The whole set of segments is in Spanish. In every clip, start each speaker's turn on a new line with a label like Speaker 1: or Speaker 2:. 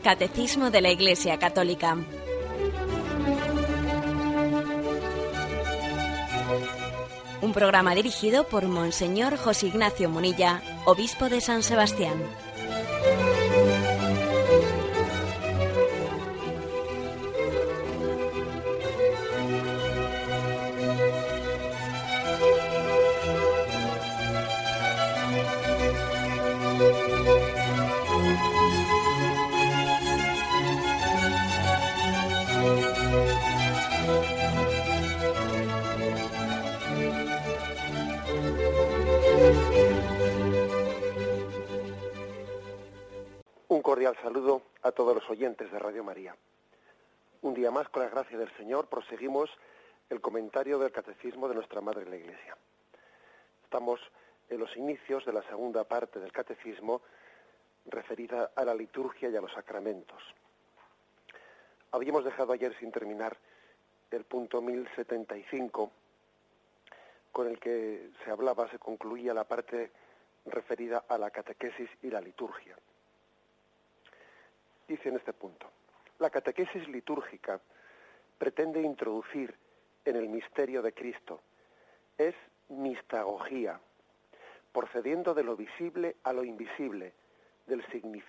Speaker 1: Catecismo de la Iglesia Católica. Un programa dirigido por Monseñor José Ignacio Munilla, obispo de San Sebastián.
Speaker 2: Un cordial saludo a todos los oyentes de Radio María. Un día más, con la gracia del Señor, proseguimos el comentario del Catecismo de nuestra Madre la Iglesia. Estamos en los inicios de la segunda parte del Catecismo referida a la liturgia y a los sacramentos. Habíamos dejado ayer sin terminar el punto 1075, con el que se concluía la parte referida a la catequesis y la liturgia. Dice en este punto: la catequesis litúrgica pretende introducir en el misterio de Cristo. Es mistagogía, procediendo de lo visible a lo invisible, del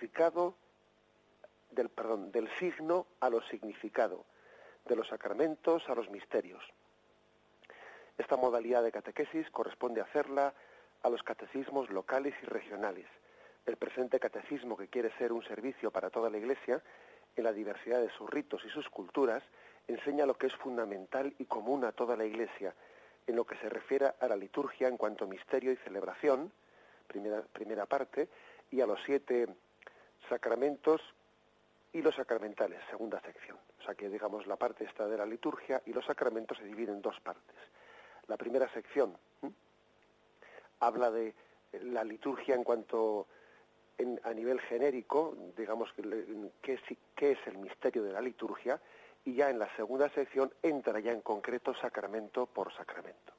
Speaker 2: signo a lo significado, de los sacramentos a los misterios. Esta modalidad de catequesis corresponde hacerla a los catecismos locales y regionales. El presente catecismo, que quiere ser un servicio para toda la Iglesia, en la diversidad de sus ritos y sus culturas, enseña lo que es fundamental y común a toda la Iglesia, en lo que se refiere a la liturgia en cuanto a misterio y celebración, primera parte, y a los 7 sacramentos y los sacramentales, segunda sección. O sea que, digamos, la parte esta de la liturgia y los sacramentos se dividen en dos partes. La primera sección habla de la liturgia en cuanto a nivel genérico, digamos, qué es el misterio de la liturgia, y ya en la segunda sección entra ya en concreto sacramento por sacramento.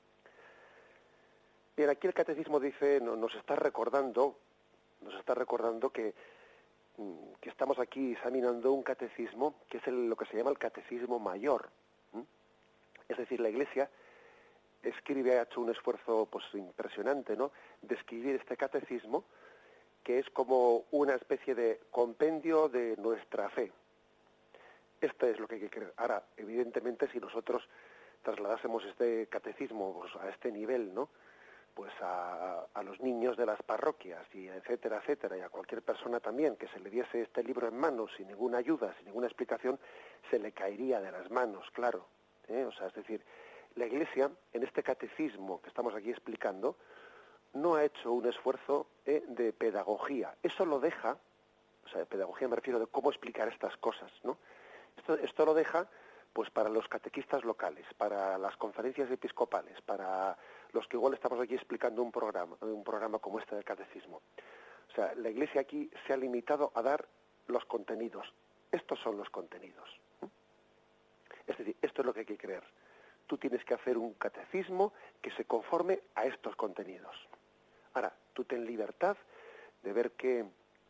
Speaker 2: Bien, aquí el catecismo dice, nos está recordando que estamos aquí examinando un catecismo que es lo que se llama el catecismo mayor. Es decir, la Iglesia ha hecho un esfuerzo pues impresionante, ¿no?, de escribir este catecismo, que es como una especie de compendio de nuestra fe. Esto es lo que hay que creer. Ahora, evidentemente, si nosotros trasladásemos este catecismo pues, a este nivel, ¿no?, pues a los niños de las parroquias, y etcétera, etcétera, y a cualquier persona también que se le diese este libro en manos sin ninguna ayuda, sin ninguna explicación, se le caería de las manos, claro. O sea, es decir, la Iglesia, en este catecismo que estamos aquí explicando, no ha hecho un esfuerzo de pedagogía. Eso lo deja, o sea, de pedagogía me refiero de cómo explicar estas cosas, ¿no? Esto lo deja pues para los catequistas locales, para las conferencias episcopales, para los que igual estamos aquí explicando un programa como este del catecismo. O sea, la Iglesia aquí se ha limitado a dar los contenidos. Estos son los contenidos. Es decir, esto es lo que hay que creer. Tú tienes que hacer un catecismo que se conforme a estos contenidos. Ahora, tú ten libertad de ver qué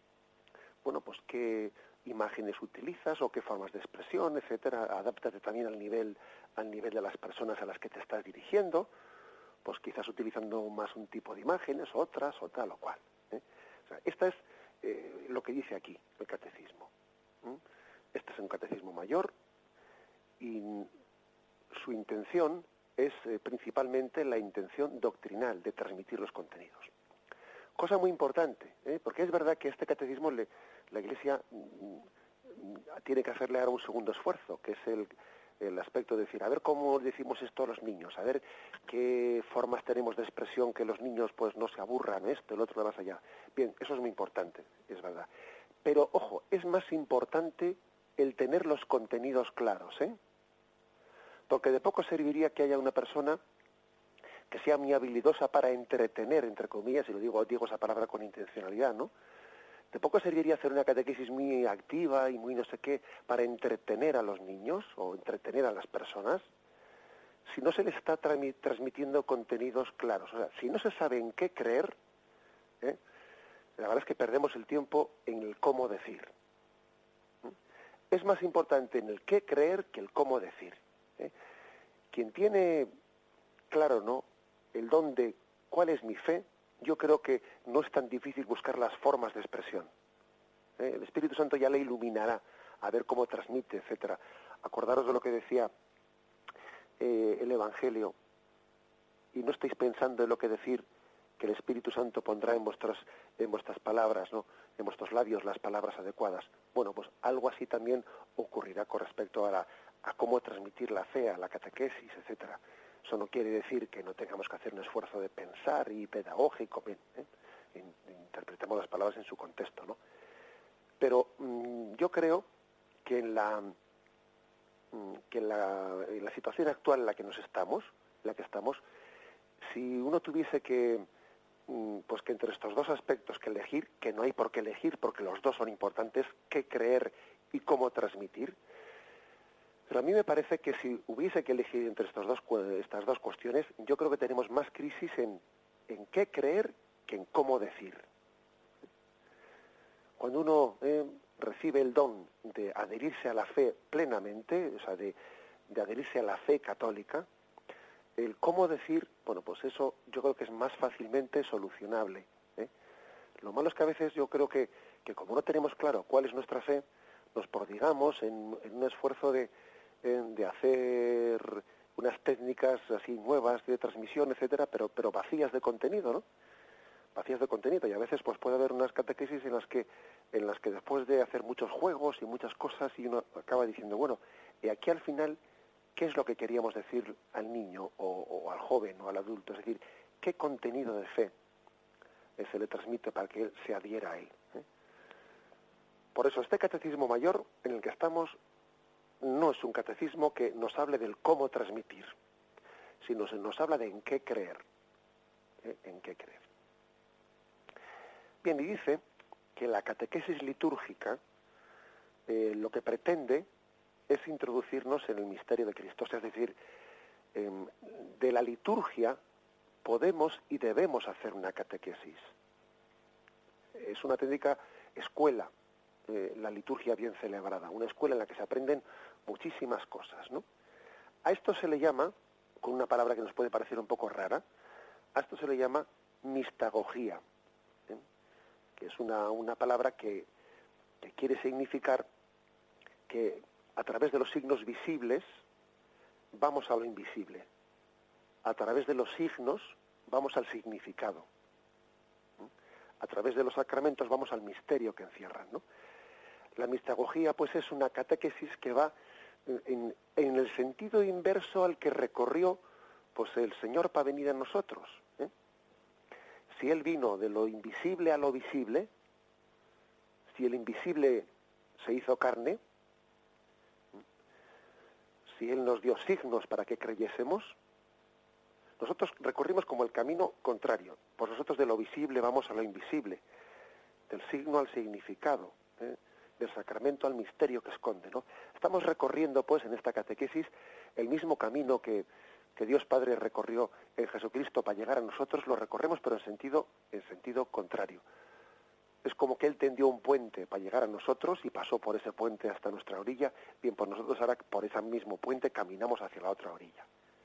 Speaker 2: imágenes utilizas o qué formas de expresión, etcétera. Adáptate también al nivel de las personas a las que te estás dirigiendo, pues quizás utilizando más un tipo de imágenes, otras, o tal o cual. O sea, esta es lo que dice aquí el catecismo. Este es un catecismo mayor y su intención es principalmente la intención doctrinal de transmitir los contenidos. Cosa muy importante, porque es verdad que este catecismo la Iglesia tiene que hacerle ahora un segundo esfuerzo, que es el aspecto de decir, a ver cómo decimos esto a los niños, a ver qué formas tenemos de expresión que los niños pues no se aburran, esto, el otro, de más allá. Bien, eso es muy importante, es verdad. Pero, ojo, es más importante el tener los contenidos claros, porque de poco serviría que haya una persona que sea muy habilidosa para entretener, entre comillas, y digo esa palabra con intencionalidad, ¿no? De poco serviría hacer una catequesis muy activa y muy no sé qué para entretener a los niños o entretener a las personas, si no se les está transmitiendo contenidos claros. O sea, si no se sabe en qué creer, la verdad es que perdemos el tiempo en el cómo decir. es más importante en el qué creer que el cómo decir. Quien tiene claro, ¿no?, el don de cuál es mi fe, yo creo que no es tan difícil buscar las formas de expresión. El Espíritu Santo ya le iluminará a ver cómo transmite, etcétera. Acordaros de lo que decía el Evangelio, y no estáis pensando en lo que decir, que el Espíritu Santo pondrá en vuestras palabras, ¿no?, en vuestros labios las palabras adecuadas. Bueno, pues algo así también ocurrirá con respecto a cómo transmitir la fe, a la catequesis, etcétera. Eso no quiere decir que no tengamos que hacer un esfuerzo de pensar y pedagógico, bien, interpretemos las palabras en su contexto, ¿no? Pero yo creo que en la situación actual en la que estamos, si uno tuviese que entre estos dos aspectos que elegir, que no hay por qué elegir porque los dos son importantes, qué creer y cómo transmitir, pero a mí me parece que si hubiese que elegir entre estas dos cuestiones, yo creo que tenemos más crisis en qué creer que en cómo decir. Cuando uno recibe el don de adherirse a la fe plenamente, o sea, de adherirse a la fe católica, el cómo decir, bueno, pues eso yo creo que es más fácilmente solucionable. Lo malo es que a veces yo creo que como no tenemos claro cuál es nuestra fe, nos prodigamos en un esfuerzo de hacer unas técnicas así nuevas de transmisión, etcétera, pero vacías de contenido, ¿no? Vacías de contenido, y a veces pues puede haber unas catequesis en las que después de hacer muchos juegos y muchas cosas, y uno acaba diciendo, bueno, y aquí al final, ¿qué es lo que queríamos decir al niño o al joven o al adulto? Es decir, ¿qué contenido de fe se le transmite para que él se adhiera a él? Por eso este catecismo mayor en el que estamos no es un catecismo que nos hable del cómo transmitir, sino se nos habla de en qué creer. En qué creer. Bien, y dice que la catequesis litúrgica lo que pretende es introducirnos en el misterio de Cristo. Es decir, de la liturgia podemos y debemos hacer una catequesis. Es una auténtica escuela, la liturgia bien celebrada, una escuela en la que se aprenden muchísimas cosas, ¿no? A esto se le llama, con una palabra que nos puede parecer un poco rara, a esto se le llama mistagogía, que es una palabra que quiere significar que a través de los signos visibles vamos a lo invisible, a través de los signos vamos al significado, a través de los sacramentos vamos al misterio que encierran, ¿no? La mistagogía, pues, es una catequesis que va en el sentido inverso al que recorrió, pues, el Señor para venir a nosotros. Si Él vino de lo invisible a lo visible, si el invisible se hizo carne, si Él nos dio signos para que creyésemos, nosotros recorrimos como el camino contrario. Pues nosotros de lo visible vamos a lo invisible, del signo al significado, del sacramento al misterio que esconde, ¿no? Estamos recorriendo, pues, en esta catequesis el mismo camino que Dios Padre recorrió en Jesucristo para llegar a nosotros, lo recorremos, pero en sentido contrario. Es como que Él tendió un puente para llegar a nosotros y pasó por ese puente hasta nuestra orilla. Bien, pues nosotros ahora por ese mismo puente caminamos hacia la otra orilla.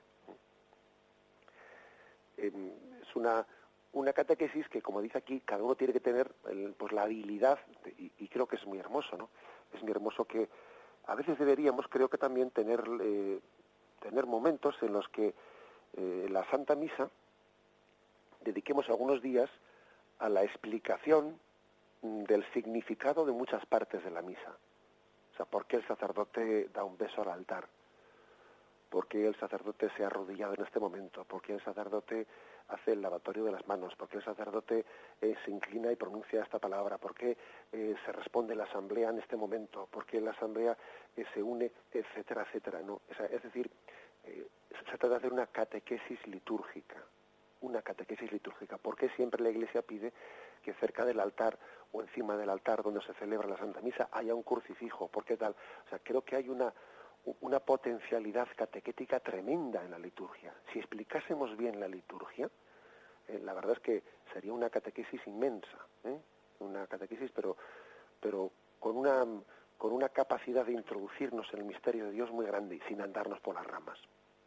Speaker 2: Es una catequesis que, como dice aquí, cada uno tiene que tener pues la habilidad, y creo que es muy hermoso, ¿no? Es muy hermoso que a veces deberíamos, creo que también tener momentos en los que la Santa Misa dediquemos algunos días a la explicación del significado de muchas partes de la misa. O sea, ¿por qué el sacerdote da un beso al altar? ¿Por qué el sacerdote se ha arrodillado en este momento? ¿Por qué el sacerdote hace el lavatorio de las manos? ¿Por qué el sacerdote se inclina y pronuncia esta palabra? ¿Por qué se responde la asamblea en este momento? ¿Por qué la asamblea se une? Etcétera, etcétera, ¿no? Es decir, se trata de hacer una catequesis litúrgica. Una catequesis litúrgica. ¿Por qué siempre la Iglesia pide que cerca del altar o encima del altar donde se celebra la Santa Misa haya un crucifijo? ¿Por qué tal? O sea, creo que hay una potencialidad catequética tremenda en la liturgia. Si explicásemos bien la liturgia, la verdad es que sería una catequesis inmensa, una catequesis, pero con con una capacidad de introducirnos en el misterio de Dios muy grande y sin andarnos por las ramas.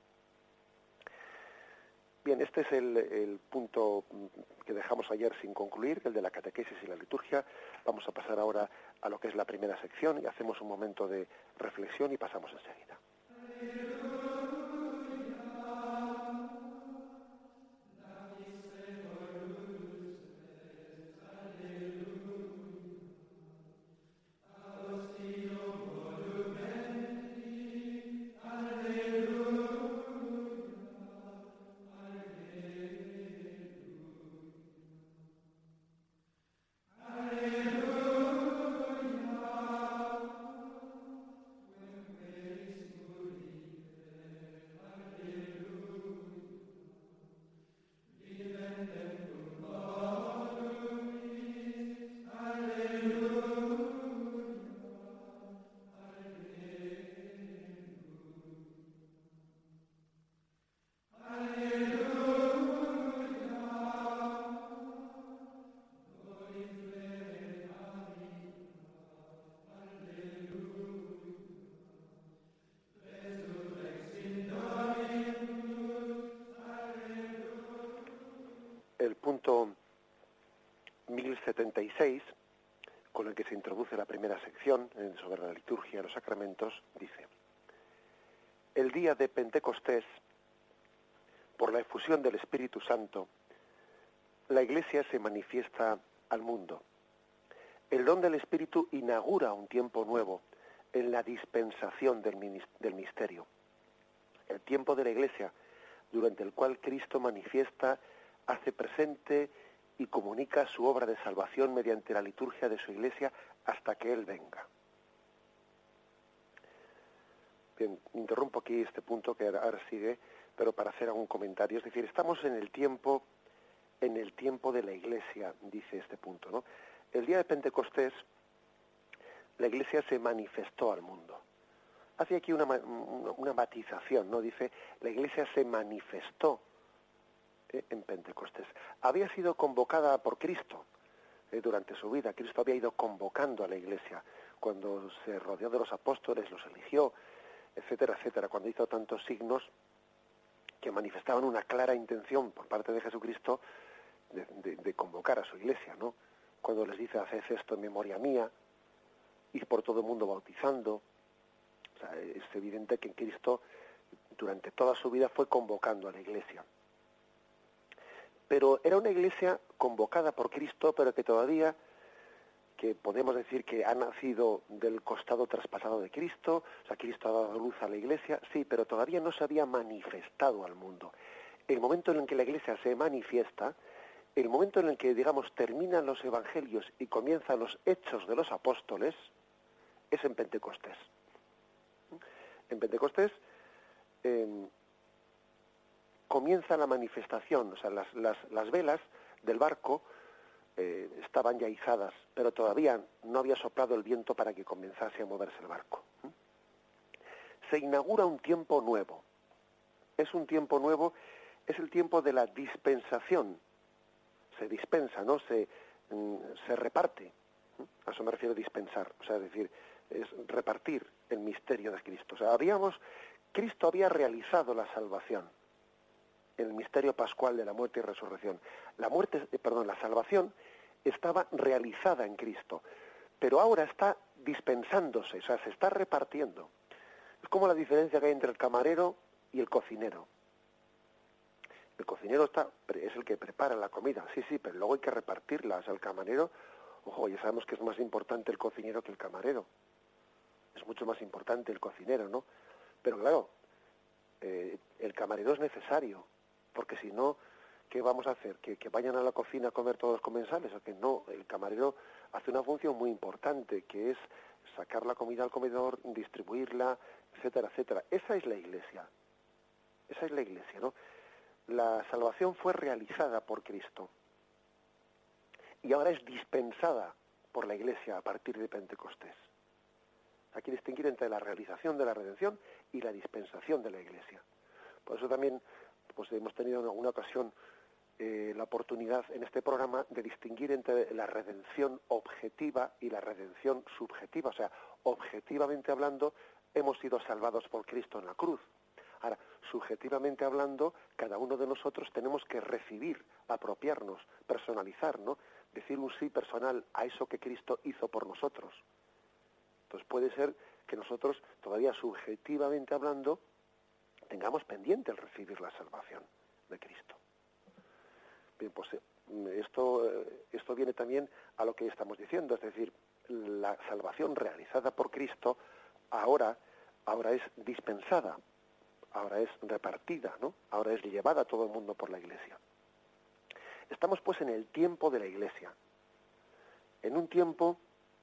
Speaker 2: Bien, este es el punto que dejamos ayer sin concluir, el de la catequesis y la liturgia. Vamos a pasar ahora a lo que es la primera sección y hacemos un momento de reflexión y pasamos enseguida. El punto 1076, con el que se introduce la primera sección sobre la liturgia y los sacramentos, dice: el día de Pentecostés, por la efusión del Espíritu Santo, la Iglesia se manifiesta al mundo. El don del Espíritu inaugura un tiempo nuevo en la dispensación del misterio. El tiempo de la Iglesia, durante el cual Cristo manifiesta, hace presente y comunica su obra de salvación mediante la liturgia de su Iglesia hasta que Él venga. Bien, interrumpo aquí este punto que ahora sigue, pero para hacer algún comentario. Es decir, estamos en el tiempo de la Iglesia, dice este punto, ¿no? El día de Pentecostés, la Iglesia se manifestó al mundo. Hace aquí una matización, ¿no? Dice, la Iglesia se manifestó en Pentecostés. Había sido convocada por Cristo durante su vida. Cristo había ido convocando a la Iglesia cuando se rodeó de los apóstoles, los eligió, etcétera, etcétera, cuando hizo tantos signos que manifestaban una clara intención por parte de Jesucristo de convocar a su Iglesia, ¿no? Cuando les dice, haced esto en memoria mía, id por todo el mundo bautizando. O sea, es evidente que Cristo durante toda su vida fue convocando a la Iglesia. Pero era una Iglesia convocada por Cristo, pero que todavía, que podemos decir que ha nacido del costado traspasado de Cristo, o sea, Cristo ha dado luz a la Iglesia, sí, pero todavía no se había manifestado al mundo. El momento en el que la Iglesia se manifiesta, el momento en el que, digamos, terminan los evangelios y comienzan los hechos de los apóstoles, es en Pentecostés. En Pentecostés comienza la manifestación, o sea, las velas del barco estaban ya izadas, pero todavía no había soplado el viento para que comenzase a moverse el barco. Se inaugura un tiempo nuevo. Es un tiempo nuevo, es el tiempo de la dispensación. Se dispensa, ¿no? Se reparte. A eso me refiero a dispensar, o sea, es decir, es repartir el misterio de Cristo. O sea, Cristo había realizado la salvación, el misterio pascual de la muerte y resurrección. La salvación estaba realizada en Cristo, pero ahora está dispensándose, o sea, se está repartiendo. Es como la diferencia que hay entre el camarero y el cocinero. El cocinero es el que prepara la comida, sí, pero luego hay que repartirla. O sea, el camarero, ojo, ya sabemos que es más importante el cocinero que el camarero. Es mucho más importante el cocinero, ¿no? Pero claro, el camarero es necesario, porque si no, ¿qué vamos a hacer? ¿Que vayan a la cocina a comer todos los comensales? O que no, el camarero hace una función muy importante, que es sacar la comida al comedor, distribuirla, etcétera, etcétera. Esa es la Iglesia. Esa es la Iglesia, ¿no? La salvación fue realizada por Cristo y ahora es dispensada por la Iglesia a partir de Pentecostés. Hay que distinguir entre la realización de la redención y la dispensación de la Iglesia. Por eso también pues hemos tenido en alguna ocasión la oportunidad en este programa de distinguir entre la redención objetiva y la redención subjetiva. O sea, objetivamente hablando, hemos sido salvados por Cristo en la cruz. Ahora, subjetivamente hablando, cada uno de nosotros tenemos que recibir, apropiarnos, personalizar, ¿no? Decir un sí personal a eso que Cristo hizo por nosotros. Entonces puede ser que nosotros, todavía subjetivamente hablando, tengamos pendiente el recibir la salvación de Cristo. Bien, pues esto viene también a lo que estamos diciendo, es decir, la salvación realizada por Cristo ahora es dispensada, ahora es repartida, ¿no? Ahora es llevada a todo el mundo por la Iglesia. Estamos pues en el tiempo de la Iglesia, en un tiempo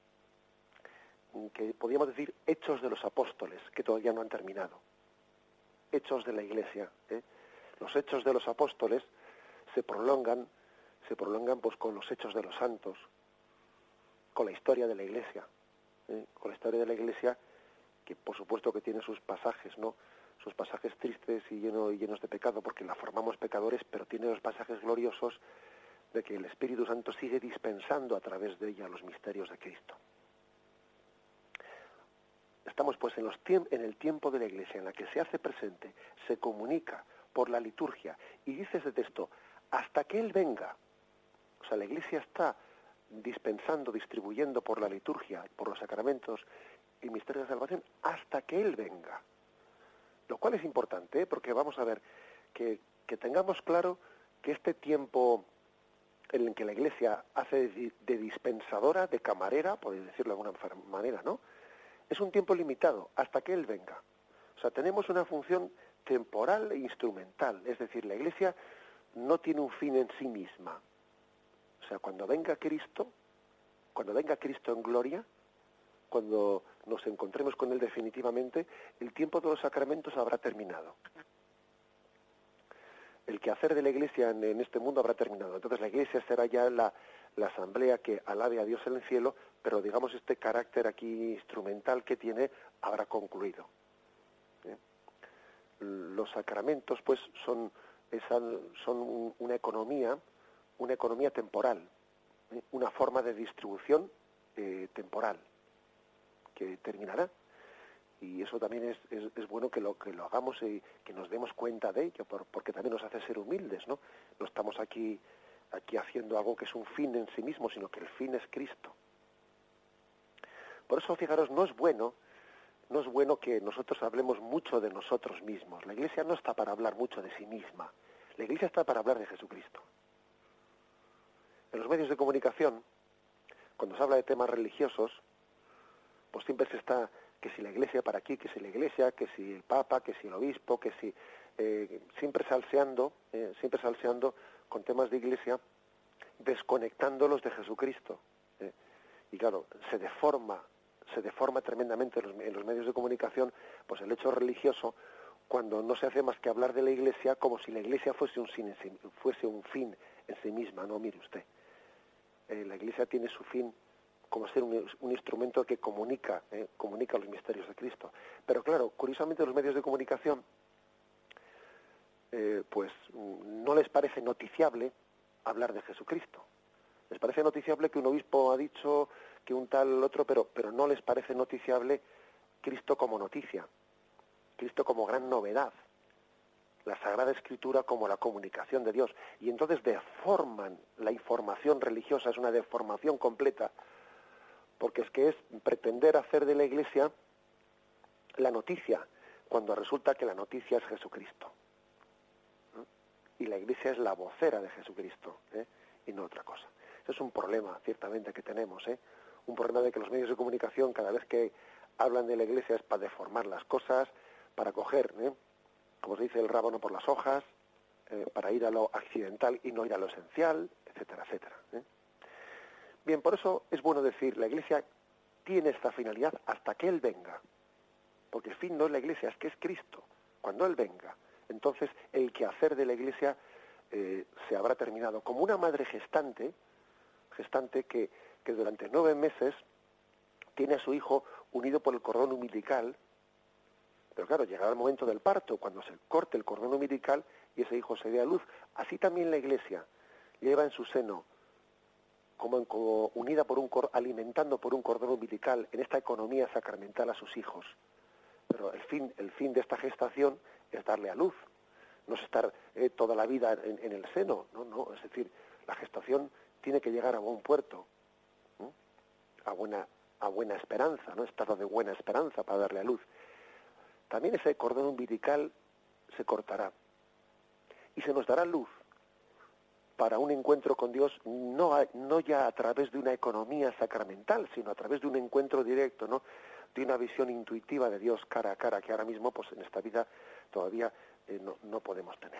Speaker 2: que podríamos decir hechos de los apóstoles, que todavía no han terminado. Hechos de la Iglesia, ¿eh? Los hechos de los apóstoles se prolongan pues con los hechos de los santos, con la historia de la Iglesia, con la historia de la Iglesia, que por supuesto que tiene sus pasajes, ¿no? Sus pasajes tristes y llenos de pecado, porque la formamos pecadores, pero tiene los pasajes gloriosos de que el Espíritu Santo sigue dispensando a través de ella los misterios de Cristo. Estamos pues en el tiempo de la Iglesia, en la que se hace presente, se comunica por la liturgia, y dice ese texto, hasta que Él venga. O sea, la Iglesia está dispensando, distribuyendo por la liturgia, por los sacramentos y misterios de salvación, hasta que Él venga. Lo cual es importante, porque vamos a ver, que tengamos claro que este tiempo en el que la Iglesia hace de dispensadora, de camarera, por decirlo de alguna manera, ¿no? Es un tiempo limitado, hasta que Él venga. O sea, tenemos una función temporal e instrumental, es decir, la Iglesia no tiene un fin en sí misma. O sea, cuando venga Cristo en gloria, cuando nos encontremos con Él definitivamente, el tiempo de los sacramentos habrá terminado. El quehacer de la Iglesia en este mundo habrá terminado. Entonces la Iglesia será ya la asamblea que alabe a Dios en el cielo, pero digamos este carácter aquí instrumental que tiene habrá concluido. Los sacramentos pues son una economía temporal, una forma de distribución temporal que terminará, y eso también es bueno que lo hagamos y que nos demos cuenta de ello, porque también nos hace ser humildes, ¿no? No estamos aquí haciendo algo que es un fin en sí mismo, sino que el fin es Cristo. Por eso, fijaros, no es bueno que nosotros hablemos mucho de nosotros mismos. La Iglesia no está para hablar mucho de sí misma. La Iglesia está para hablar de Jesucristo. En los medios de comunicación, cuando se habla de temas religiosos, pues siempre se está que si la Iglesia para aquí, que si la Iglesia, que si el Papa, que si el Obispo, que si siempre salseando con temas de Iglesia, desconectándolos de Jesucristo. Y claro, se deforma tremendamente en los medios de comunicación pues el hecho religioso, cuando no se hace más que hablar de la Iglesia como si la Iglesia fuese un fin en sí misma. No, mire usted, la Iglesia tiene su fin como ser un instrumento que comunica los misterios de Cristo. Pero claro, curiosamente los medios de comunicación pues no les parece noticiable hablar de Jesucristo. Les parece noticiable que un obispo ha dicho, que un tal otro, pero no les parece noticiable Cristo como noticia, Cristo como gran novedad, la Sagrada Escritura como la comunicación de Dios. Y entonces deforman la información religiosa, es una deformación completa, porque es pretender hacer de la Iglesia la noticia, cuando resulta que la noticia es Jesucristo. Y la Iglesia es la vocera de Jesucristo, y no otra cosa. Ese es un problema, ciertamente, que tenemos, un problema de que los medios de comunicación, cada vez que hablan de la Iglesia, es para deformar las cosas, para coger, como se dice, el rábano por las hojas, para ir a lo accidental y no ir a lo esencial, etcétera, etcétera. Bien, por eso es bueno decir, la Iglesia tiene esta finalidad hasta que Él venga, porque el fin no es la Iglesia, es que es Cristo. Cuando Él venga, entonces el quehacer de la Iglesia se habrá terminado. Como una madre gestante que durante 9 meses tiene a su hijo unido por el cordón umbilical, pero claro, llegará el momento del parto, cuando se corte el cordón umbilical y ese hijo se dé a luz. Así también la Iglesia lleva en su seno como unida alimentando por un cordón umbilical en esta economía sacramental a sus hijos. Pero el fin de esta gestación es darle a luz, no es estar toda la vida en el seno, no, es decir, la gestación tiene que llegar a buen puerto, ¿no? a buena esperanza, ¿no? Estado de buena esperanza para darle a luz. También ese cordón umbilical se cortará y se nos dará luz para un encuentro con Dios, no ya a través de una economía sacramental, sino a través de un encuentro directo, ¿no? De una visión intuitiva de Dios cara a cara, que ahora mismo, pues en esta vida todavía no podemos tener.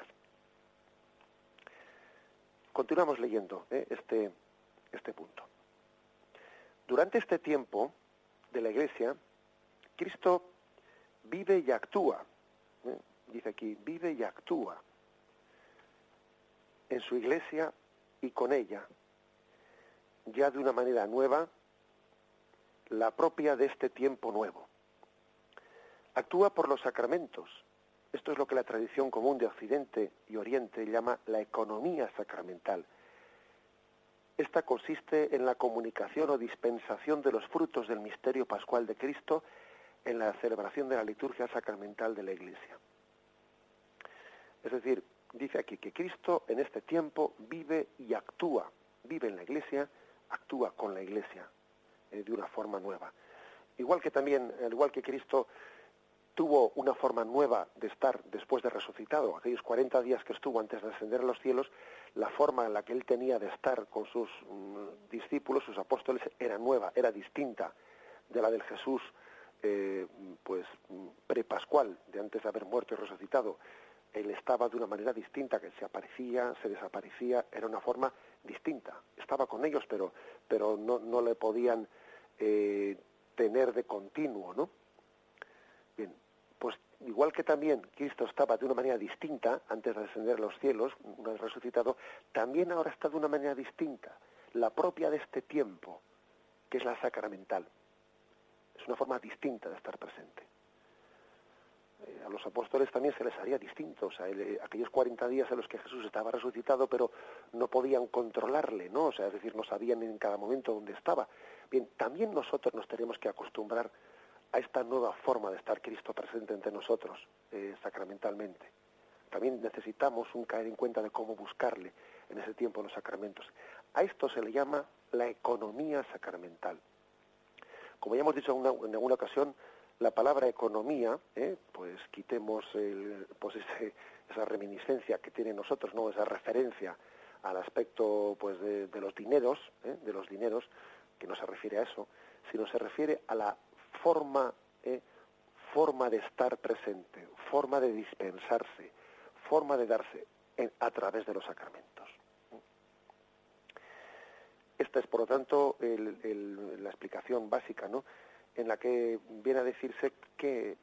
Speaker 2: Continuamos leyendo este punto. Durante este tiempo de la Iglesia, Cristo vive y actúa. Dice aquí, vive y actúa en su Iglesia y con ella, ya de una manera nueva, la propia de este tiempo nuevo. Actúa por los sacramentos. Esto es lo que la tradición común de Occidente y Oriente llama la economía sacramental. Esta consiste en la comunicación o dispensación de los frutos del misterio pascual de Cristo en la celebración de la liturgia sacramental de la Iglesia. Es decir, dice aquí que Cristo en este tiempo vive y actúa. Vive en la Iglesia, actúa con la Iglesia de una forma nueva. Igual que Cristo tuvo una forma nueva de estar después de resucitado, aquellos 40 días que estuvo antes de ascender a los cielos, la forma en la que él tenía de estar con sus discípulos, sus apóstoles, era nueva, era distinta de la del Jesús prepascual, de antes de haber muerto y resucitado. Él estaba de una manera distinta, que se aparecía, se desaparecía, era una forma distinta. Estaba con ellos, pero no le podían tener de continuo, ¿no? Bien, pues igual que también Cristo estaba de una manera distinta antes de ascender a los cielos, una vez resucitado, también ahora está de una manera distinta, la propia de este tiempo, que es la sacramental. Es una forma distinta de estar presente. A los apóstoles también se les haría distinto, o sea, aquellos 40 días en los que Jesús estaba resucitado, pero no podían controlarle, ¿no? O sea, es decir, no sabían en cada momento dónde estaba. Bien, también nosotros nos tenemos que acostumbrar a esta nueva forma de estar Cristo presente entre nosotros, sacramentalmente. También necesitamos caer en cuenta de cómo buscarle en ese tiempo en los sacramentos. A esto se le llama la economía sacramental. Como ya hemos dicho en alguna ocasión, la palabra economía, pues quitemos esa reminiscencia que tiene nosotros, no, esa referencia al aspecto pues de los dineros, que no se refiere a eso, sino se refiere a la forma de estar presente, forma de dispensarse, forma de darse a través de los sacramentos. Esta es, por lo tanto, la explicación básica, ¿no?, en la que viene a decirse que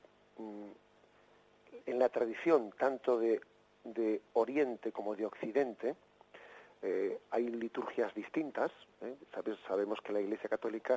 Speaker 2: en la tradición tanto de Oriente como de Occidente hay liturgias distintas. Sabemos que la Iglesia Católica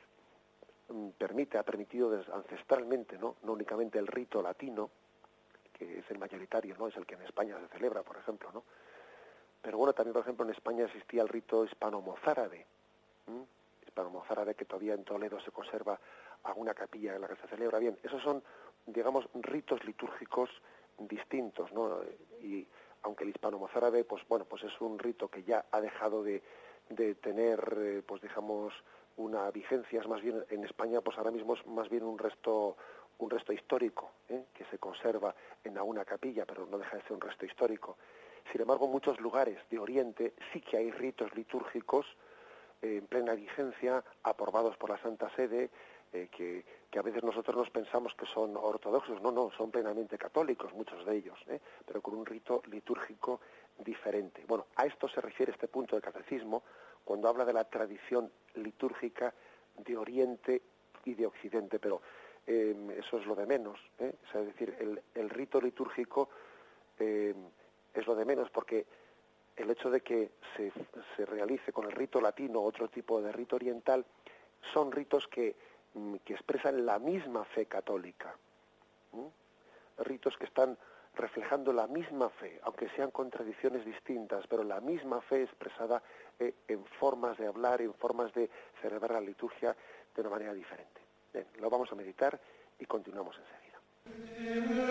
Speaker 2: ha permitido ancestralmente, no únicamente el rito latino, que es el mayoritario, no es el que en España se celebra, por ejemplo, ¿no? Pero bueno, también, por ejemplo, en España existía el rito hispano-mozárabe, hispano-mozárabe, que todavía en Toledo se conserva alguna capilla en la que se celebra. Bien, esos son, digamos, ritos litúrgicos distintos, ¿no? Y aunque el hispano-mozárabe, pues es un rito que ya ha dejado de tener, una vigencia, es más bien en España, pues ahora mismo es más bien un resto histórico, que se conserva en alguna capilla, pero no deja de ser un resto histórico. Sin embargo, en muchos lugares de Oriente sí que hay ritos litúrgicos en plena vigencia, aprobados por la Santa Sede, que a veces nosotros nos pensamos que son ortodoxos. No, son plenamente católicos muchos de ellos, pero con un rito litúrgico diferente. Bueno, a esto se refiere este punto del catecismo cuando habla de la tradición litúrgica de Oriente y de Occidente, pero eso es lo de menos, o sea, es decir, el rito litúrgico es lo de menos, porque el hecho de que se realice con el rito latino otro tipo de rito oriental son ritos que expresan la misma fe católica, ritos que están reflejando la misma fe, aunque sean contradicciones distintas, pero la misma fe expresada en formas de hablar, en formas de celebrar la liturgia de una manera diferente. Bien, lo vamos a meditar y continuamos enseguida.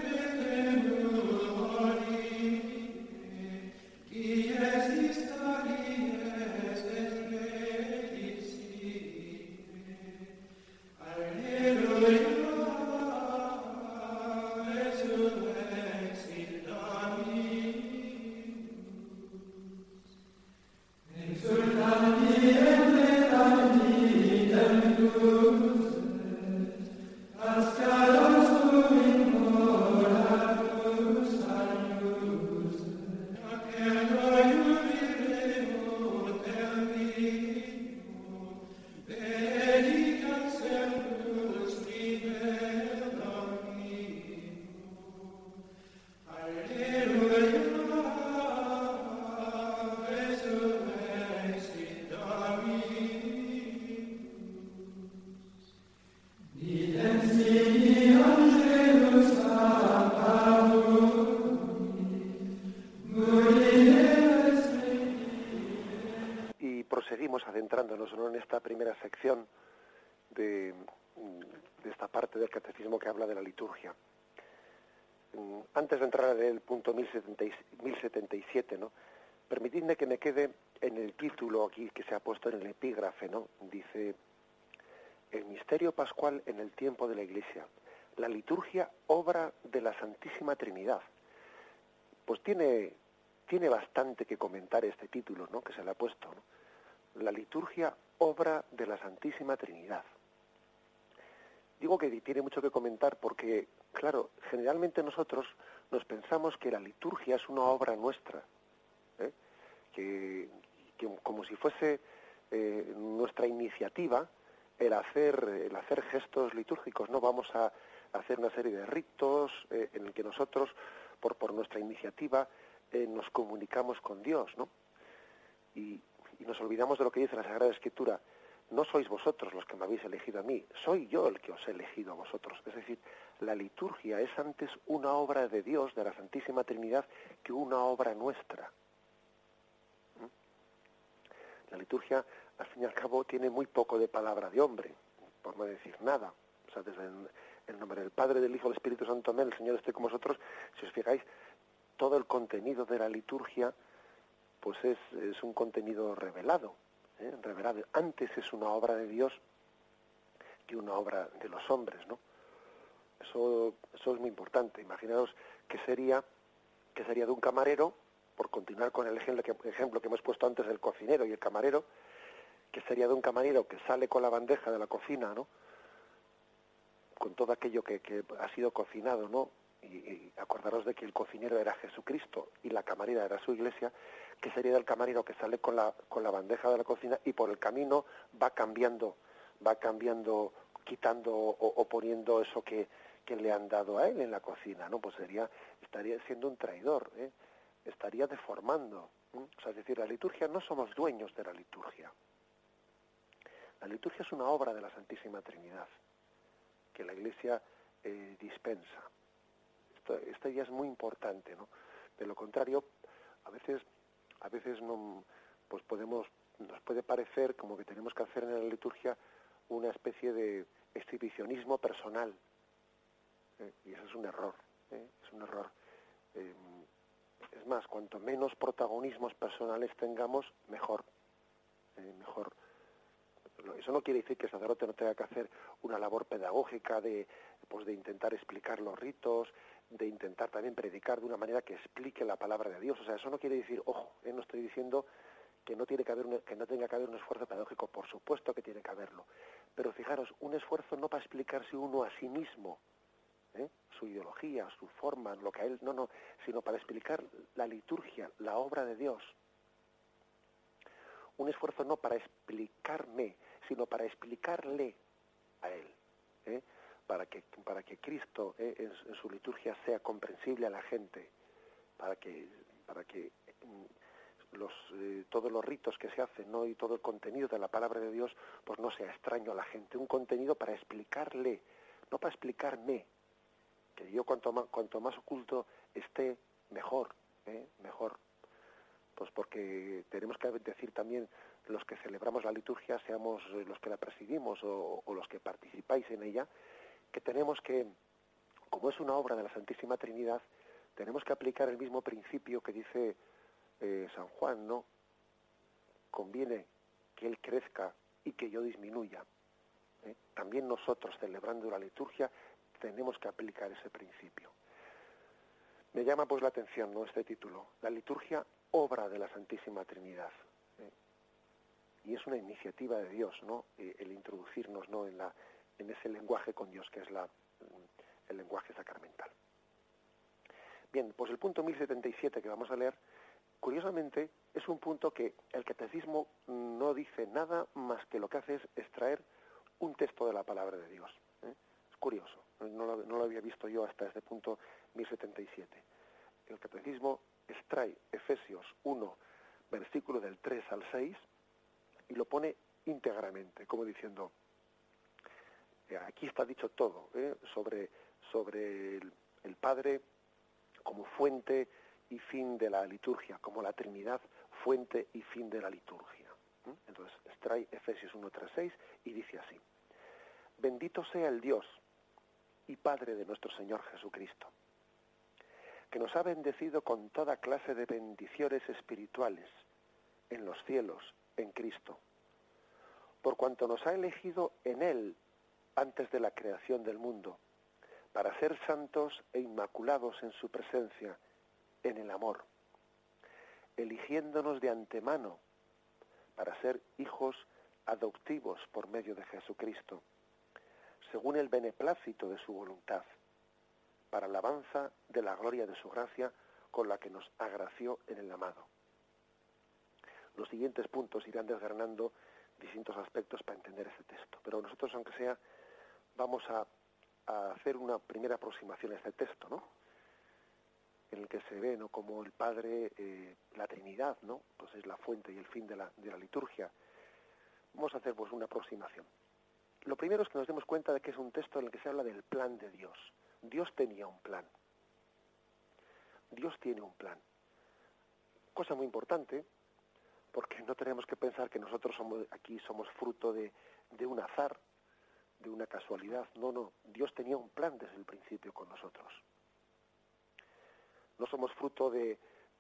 Speaker 2: Proseguimos adentrándonos en esta primera sección de esta parte del catecismo que habla de la liturgia. Antes de entrar en el punto 1077, ¿no? Permitidme que me quede en el título aquí que se ha puesto en el epígrafe, ¿no? Dice: el misterio pascual en el tiempo de la Iglesia, la liturgia, obra de la Santísima Trinidad. Pues tiene bastante que comentar este título, ¿no?, que se le ha puesto, ¿no? La liturgia, obra de la Santísima Trinidad. Digo que tiene mucho que comentar porque, claro, generalmente nosotros nos pensamos que la liturgia es una obra nuestra, ¿eh? que como si fuese nuestra iniciativa el hacer gestos litúrgicos, ¿no? Vamos a hacer una serie de ritos en el que nosotros, por nuestra iniciativa, nos comunicamos con Dios, ¿no? Y nos olvidamos de lo que dice la Sagrada Escritura: no sois vosotros los que me habéis elegido a mí, soy yo el que os he elegido a vosotros. Es decir, la liturgia es antes una obra de Dios, de la Santísima Trinidad, que una obra nuestra. La liturgia, al fin y al cabo, tiene muy poco de palabra de hombre, por no decir nada. O sea, desde el nombre del Padre, del Hijo, del Espíritu Santo, amén, el Señor esté con vosotros. Si os fijáis, todo el contenido de la liturgia pues es un contenido revelado, revelado. Antes es una obra de Dios que una obra de los hombres, ¿no? Eso es muy importante. Imaginaos qué sería de un camarero, por continuar con el ejemplo que hemos puesto antes del cocinero y el camarero, que sería de un camarero que sale con la bandeja de la cocina, ¿no?, con todo aquello que ha sido cocinado, ¿no? Y acordaros de que el cocinero era Jesucristo y la camarera era su Iglesia. Que sería del camarero que sale con la bandeja de la cocina y por el camino va cambiando, quitando o poniendo eso que le han dado a él en la cocina, ¿no? Pues estaría siendo un traidor, estaría deformando, ¿eh? O sea, es decir, la liturgia, no somos dueños de la liturgia. La liturgia es una obra de la Santísima Trinidad que la Iglesia dispensa. Esto ya es muy importante, ¿no? De lo contrario, a veces no, pues nos puede parecer como que tenemos que hacer en la liturgia una especie de exhibicionismo personal, y eso es un error, es un error. Es más, cuanto menos protagonismos personales tengamos, mejor. Eso no quiere decir que el sacerdote no tenga que hacer una labor pedagógica de intentar explicar los ritos, de intentar también predicar de una manera que explique la palabra de Dios. O sea, eso no quiere decir, ojo, no estoy diciendo que no tenga que haber un esfuerzo pedagógico. Por supuesto que tiene que haberlo. Pero fijaros, un esfuerzo no para explicarse uno a sí mismo, su ideología, su forma, lo que a él, no, sino para explicar la liturgia, la obra de Dios. Un esfuerzo no para explicarme, sino para explicarle a él, para que Cristo en su liturgia sea comprensible a la gente, para que todos los ritos que se hacen, ¿no?, y todo el contenido de la palabra de Dios pues no sea extraño a la gente. Un contenido para explicarle, no para explicarme, Que yo cuanto más oculto esté, mejor, mejor. Pues porque tenemos que decir también, los que celebramos la liturgia, seamos los que la presidimos o los que participáis en ella, que tenemos que, como es una obra de la Santísima Trinidad, tenemos que aplicar el mismo principio que dice San Juan, ¿no? Conviene que Él crezca y que yo disminuya. También nosotros, celebrando la liturgia, tenemos que aplicar ese principio. Me llama pues la atención, ¿no?, este título, la liturgia, obra de la Santísima Trinidad. Y es una iniciativa de Dios, ¿no?, el introducirnos, ¿no?, en ese lenguaje con Dios, que es el lenguaje sacramental. Bien, pues el punto 1077 que vamos a leer, curiosamente, es un punto que el catecismo no dice nada más que lo que hace es extraer un texto de la palabra de Dios. Es curioso, no lo había visto yo hasta este punto 1077. El catecismo extrae Efesios 1, versículo del 3 al 6, y lo pone íntegramente, como diciendo, aquí está dicho todo, sobre el Padre como fuente y fin de la liturgia, como la Trinidad, fuente y fin de la liturgia. Entonces, extrae Efesios 1, 3, 6 y dice así: Bendito sea el Dios y Padre de nuestro Señor Jesucristo, que nos ha bendecido con toda clase de bendiciones espirituales en los cielos, en Cristo, por cuanto nos ha elegido en Él antes de la creación del mundo, para ser santos e inmaculados en su presencia, en el amor, eligiéndonos de antemano para ser hijos adoptivos por medio de Jesucristo, según el beneplácito de su voluntad, para alabanza de la gloria de su gracia con la que nos agració en el amado. Los siguientes puntos irán desgranando distintos aspectos para entender este texto, pero nosotros, aunque sea, vamos a hacer una primera aproximación a este texto, ¿no?, en el que se ve, ¿no?, como el Padre, la Trinidad, ¿no?, pues es la fuente y el fin de la liturgia. Vamos a hacer pues una aproximación. Lo primero es que nos demos cuenta de que es un texto en el que se habla del plan de Dios. Dios tenía un plan. Dios tiene un plan. Cosa muy importante, porque no tenemos que pensar que nosotros somos fruto de un azar, de una casualidad. No. Dios tenía un plan desde el principio con nosotros. No somos fruto de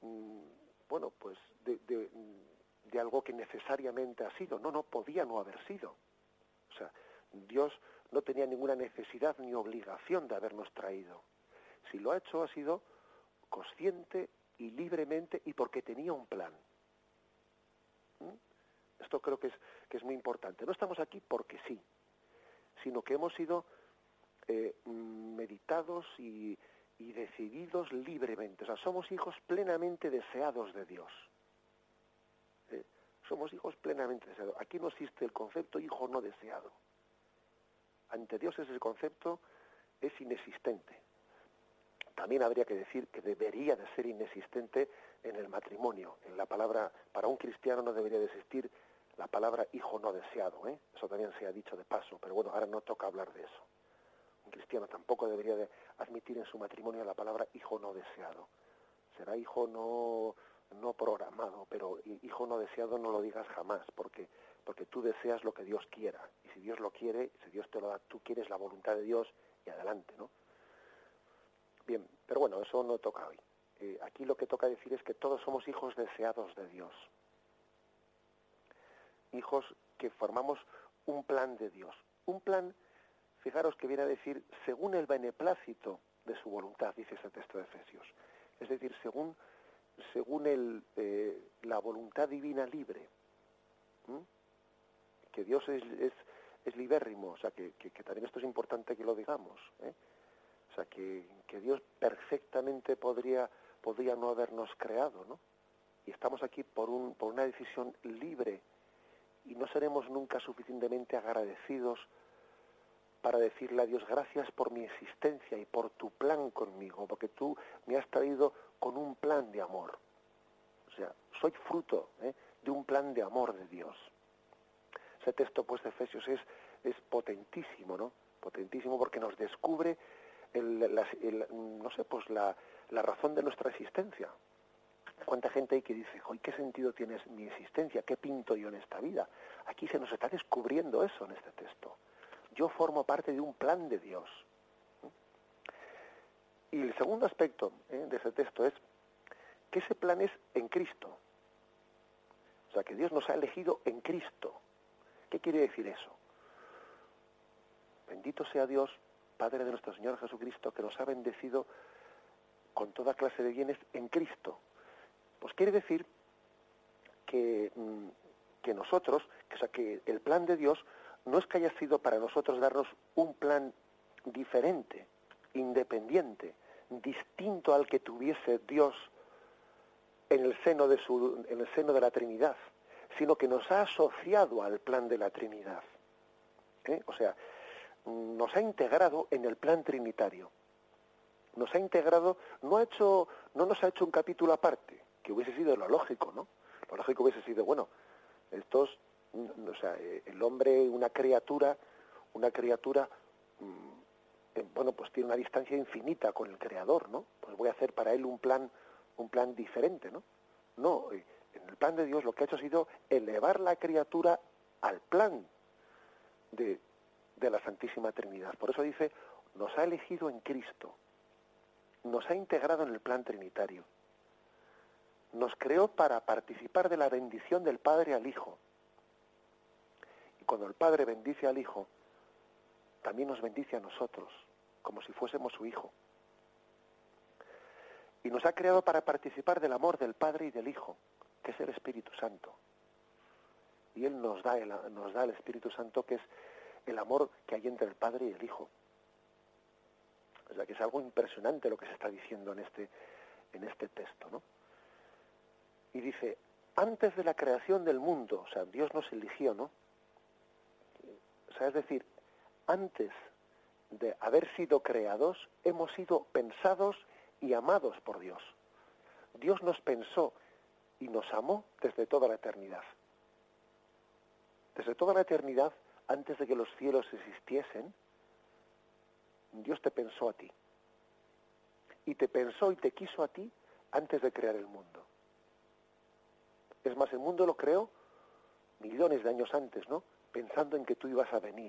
Speaker 2: algo que necesariamente ha sido. No, podía no haber sido. O sea, Dios no tenía ninguna necesidad ni obligación de habernos traído. Si lo ha hecho, ha sido consciente y libremente, y porque tenía un plan. Esto creo que es muy importante. No estamos aquí porque sí, sino que hemos sido meditados y decididos libremente. O sea, somos hijos plenamente deseados de Dios. Somos hijos plenamente deseados. Aquí no existe el concepto hijo no deseado. Ante Dios ese concepto es inexistente. También habría que decir que debería de ser inexistente en el matrimonio. En la palabra, para un cristiano no debería de existir la palabra hijo no deseado. Eso también se ha dicho de paso, pero bueno, ahora no toca hablar de eso. Un cristiano tampoco debería de admitir en su matrimonio la palabra hijo no deseado. Será hijo no programado, pero hijo no deseado no lo digas jamás, porque tú deseas lo que Dios quiera, y si Dios lo quiere, si Dios te lo da, tú quieres la voluntad de Dios y adelante, ¿no? Bien, pero bueno, eso no toca hoy. Aquí lo que toca decir es que todos somos hijos deseados de Dios. Hijos que formamos un plan de Dios. Un plan, fijaros que viene a decir, según el beneplácito de su voluntad, dice ese texto de Efesios. Es decir, según la voluntad divina libre. Que Dios es libérrimo, o sea, que también esto es importante que lo digamos, O sea, que Dios perfectamente podría no habernos creado, ¿no? Y estamos aquí por una decisión libre, y no seremos nunca suficientemente agradecidos para decirle a Dios, gracias por mi existencia y por tu plan conmigo, porque tú me has traído con un plan de amor. O sea, soy fruto de un plan de amor de Dios. Ese texto pues de Efesios es potentísimo, ¿no? Potentísimo porque nos descubre no sé, pues la razón de nuestra existencia. ¿Cuánta gente hay que dice, hoy qué sentido tiene mi existencia? ¿Qué pinto yo en esta vida? Aquí se nos está descubriendo eso en este texto. Yo formo parte de un plan de Dios. Y el segundo aspecto de ese texto es que ese plan es en Cristo. O sea, que Dios nos ha elegido en Cristo. ¿Qué quiere decir eso? Bendito sea Dios, Padre de nuestro Señor Jesucristo, que nos ha bendecido con toda clase de bienes en Cristo. Pues quiere decir que nosotros, que el plan de Dios no es que haya sido para nosotros darnos un plan diferente, independiente, distinto al que tuviese Dios en el seno de la Trinidad, sino que nos ha asociado al plan de la Trinidad. O sea, nos ha integrado en el plan trinitario. Nos ha integrado, no nos ha hecho un capítulo aparte, que hubiese sido lo lógico, ¿no? Lo lógico hubiese sido, bueno, el hombre, una criatura, bueno, pues tiene una distancia infinita con el Creador, ¿no? Pues voy a hacer para él un plan diferente, ¿no? No, en el plan de Dios lo que ha hecho ha sido elevar la criatura al plan de la Santísima Trinidad. Por eso dice, nos ha elegido en Cristo, nos ha integrado en el plan trinitario, nos creó para participar de la bendición del Padre al Hijo. Y cuando el Padre bendice al Hijo, también nos bendice a nosotros, como si fuésemos su Hijo. Y nos ha creado para participar del amor del Padre y del Hijo, que es el Espíritu Santo. Y Él nos da el Espíritu Santo, que es el amor que hay entre el Padre y el Hijo. O sea, que es algo impresionante lo que se está diciendo en este texto, ¿no? Y dice, antes de la creación del mundo, o sea, Dios nos eligió, ¿no? O sea, es decir, antes de haber sido creados, hemos sido pensados y amados por Dios. Dios nos pensó y nos amó desde toda la eternidad. Desde toda la eternidad, antes de que los cielos existiesen, Dios te pensó a ti. Y te pensó y te quiso a ti antes de crear el mundo. Es más, el mundo lo creó millones de años antes, ¿no? Pensando en que tú ibas a venir.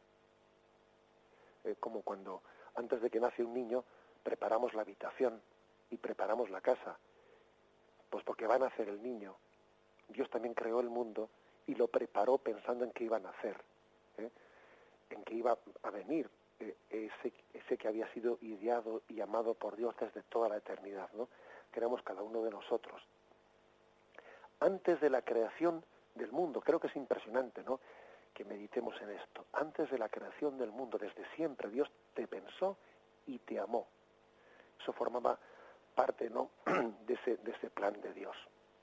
Speaker 2: Como cuando, antes de que nace un niño, preparamos la habitación y preparamos la casa. Pues porque va a nacer el niño. Dios también creó el mundo y lo preparó pensando en que iba a nacer, en que iba a venir ese que había sido ideado y amado por Dios desde toda la eternidad, ¿no? Que éramos cada uno de nosotros. Antes de la creación del mundo, creo que es impresionante, ¿no?, que meditemos en esto. Antes de la creación del mundo, desde siempre, Dios te pensó y te amó. Eso formaba parte, ¿no?, de ese plan de Dios.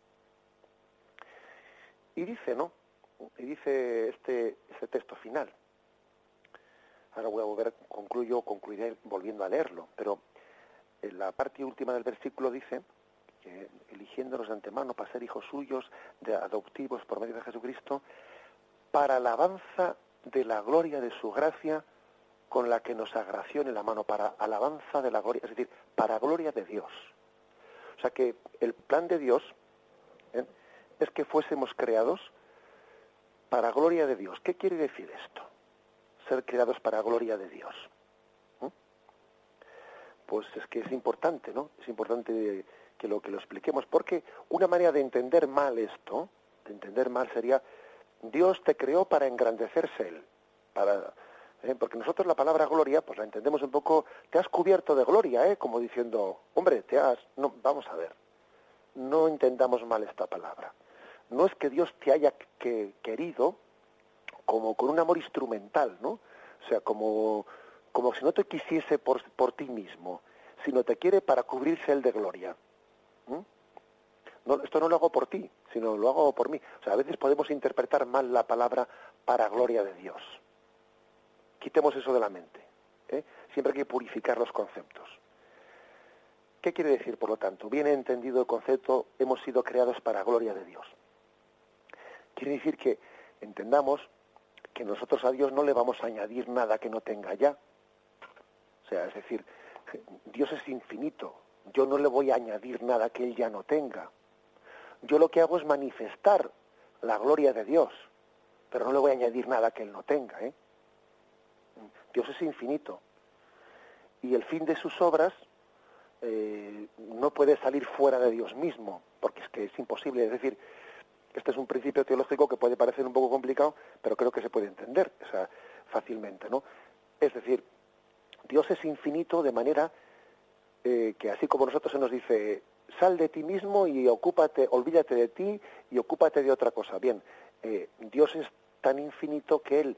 Speaker 2: Y dice, ¿no?, y dice este texto final. Ahora voy a concluiré volviendo a leerlo, pero en la parte última del versículo dice que eligiéndonos de antemano para ser hijos suyos, adoptivos por medio de Jesucristo, para alabanza de la gloria de su gracia con la que nos agració en la mano, para alabanza de la gloria, es decir, para gloria de Dios. O sea que el plan de Dios es que fuésemos creados para gloria de Dios. ¿Qué quiere decir esto? Ser creados para gloria de Dios. Pues es que es importante, ¿no? Es importante que lo expliquemos, porque una manera de entender mal esto, sería, Dios te creó para engrandecerse Él, porque nosotros la palabra gloria, pues la entendemos un poco, te has cubierto de gloria, como diciendo, hombre, no, vamos a ver, no entendamos mal esta palabra. No es que Dios te haya querido como con un amor instrumental, ¿no? O sea, como si no te quisiese por ti mismo, sino te quiere para cubrirse Él de gloria. No, esto no lo hago por ti, sino lo hago por mí. O sea, a veces podemos interpretar mal la palabra para gloria de Dios. Quitemos eso de la mente. Siempre hay que purificar los conceptos. ¿Qué quiere decir, por lo tanto? Bien entendido el concepto, hemos sido creados para gloria de Dios. Quiere decir que entendamos que nosotros a Dios no le vamos a añadir nada que no tenga ya. O sea, es decir, Dios es infinito. Yo no le voy a añadir nada que Él ya no tenga. Yo lo que hago es manifestar la gloria de Dios, pero no le voy a añadir nada que Él no tenga, ¿eh? Dios es infinito. Y el fin de sus obras no puede salir fuera de Dios mismo, porque es que es imposible. Es decir, este es un principio teológico que puede parecer un poco complicado, pero creo que se puede entender, o sea, fácilmente, ¿no? Es decir, Dios es infinito de manera que así como nosotros se nos dice, sal de ti mismo y olvídate de ti y ocúpate de otra cosa. Bien, Dios es tan infinito que Él,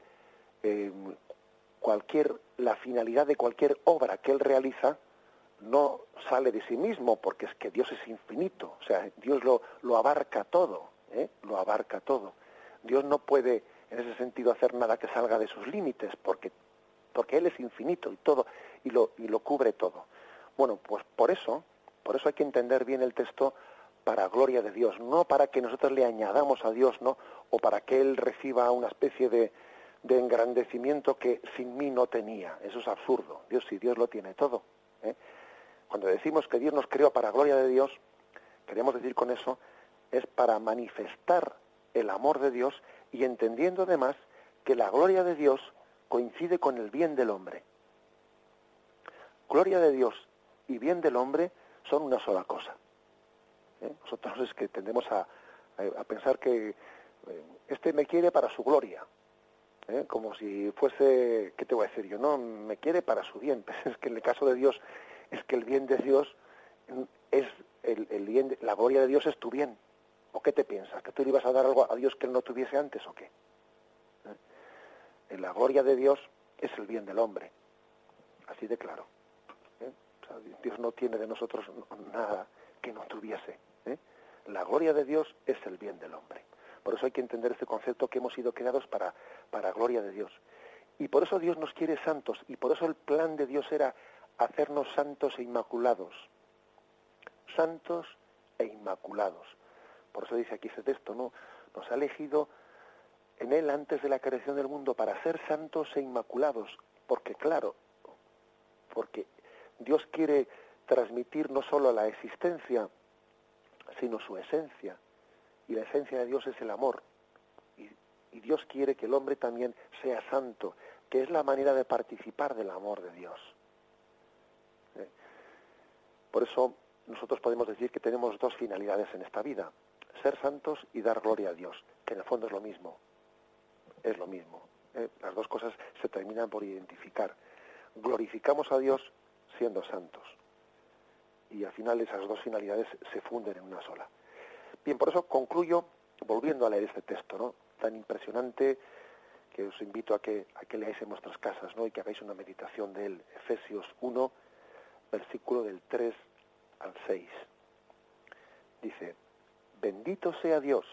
Speaker 2: la finalidad de cualquier obra que Él realiza no sale de sí mismo, porque es que Dios es infinito, o sea, Dios lo abarca todo, lo abarca todo. Dios no puede, en ese sentido, hacer nada que salga de sus límites, porque Él es infinito y todo, y lo cubre todo. Bueno, pues por eso hay que entender bien el texto para gloria de Dios, no para que nosotros le añadamos a Dios, ¿no? O para que Él reciba una especie de engrandecimiento que sin mí no tenía. Eso es absurdo. Dios lo tiene todo, ¿eh? Cuando decimos que Dios nos creó para gloria de Dios, queremos decir con eso, es para manifestar el amor de Dios y entendiendo además que la gloria de Dios coincide con el bien del hombre. Gloria de Dios y bien del hombre son una sola cosa. Nosotros es que tendemos a pensar que este me quiere para su gloria, como si fuese, ¿qué te voy a decir yo? No, me quiere para su bien. Pues es que en el caso de Dios, es que el bien de Dios es el bien, la gloria de Dios es tu bien. ¿O qué te piensas? ¿Que tú le ibas a dar algo a Dios que Él no tuviese antes o qué? La gloria de Dios es el bien del hombre, así de claro. O sea, Dios no tiene de nosotros nada que no tuviese. La gloria de Dios es el bien del hombre. Por eso hay que entender este concepto que hemos sido creados para gloria de Dios. Y por eso Dios nos quiere santos, y por eso el plan de Dios era hacernos santos e inmaculados. Santos e inmaculados. Por eso dice aquí ese texto, ¿no? Nos ha elegido en Él antes de la creación del mundo para ser santos e inmaculados. Porque Dios quiere transmitir no solo la existencia, sino su esencia. Y la esencia de Dios es el amor. Y Dios quiere que el hombre también sea santo, que es la manera de participar del amor de Dios. Por eso nosotros podemos decir que tenemos dos finalidades en esta vida: ser santos y dar gloria a Dios, que en el fondo es lo mismo. Es lo mismo. Las dos cosas se terminan por identificar. Glorificamos a Dios siendo santos. Y al final esas dos finalidades se funden en una sola. Bien, por eso concluyo volviendo a leer este texto, ¿no? Tan impresionante, que os invito a que leáis en vuestras casas, ¿no? Y que hagáis una meditación de él. Efesios 1, versículo del 3 al 6. Dice: bendito sea Dios,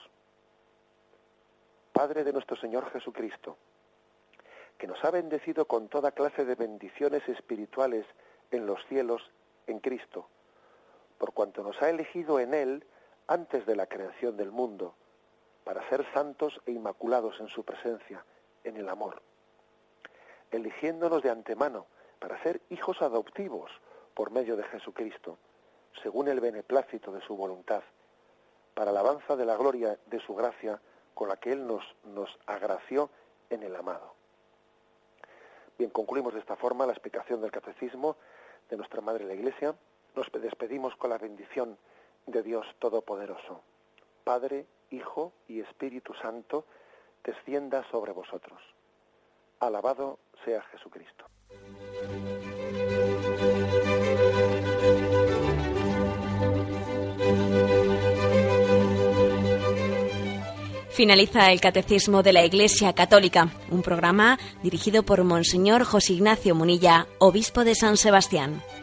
Speaker 2: Padre de nuestro Señor Jesucristo, que nos ha bendecido con toda clase de bendiciones espirituales en los cielos en Cristo, por cuanto nos ha elegido en Él antes de la creación del mundo, para ser santos e inmaculados en su presencia, en el amor, eligiéndonos de antemano para ser hijos adoptivos por medio de Jesucristo, según el beneplácito de su voluntad, para alabanza de la gloria de su gracia con la que Él nos agració en el amado. Bien, concluimos de esta forma la explicación del catecismo de nuestra Madre la Iglesia. Nos despedimos con la bendición de Dios Todopoderoso. Padre, Hijo y Espíritu Santo, descienda sobre vosotros. Alabado sea Jesucristo.
Speaker 1: Finaliza el Catecismo de la Iglesia Católica, un programa dirigido por Monseñor José Ignacio Munilla, obispo de San Sebastián.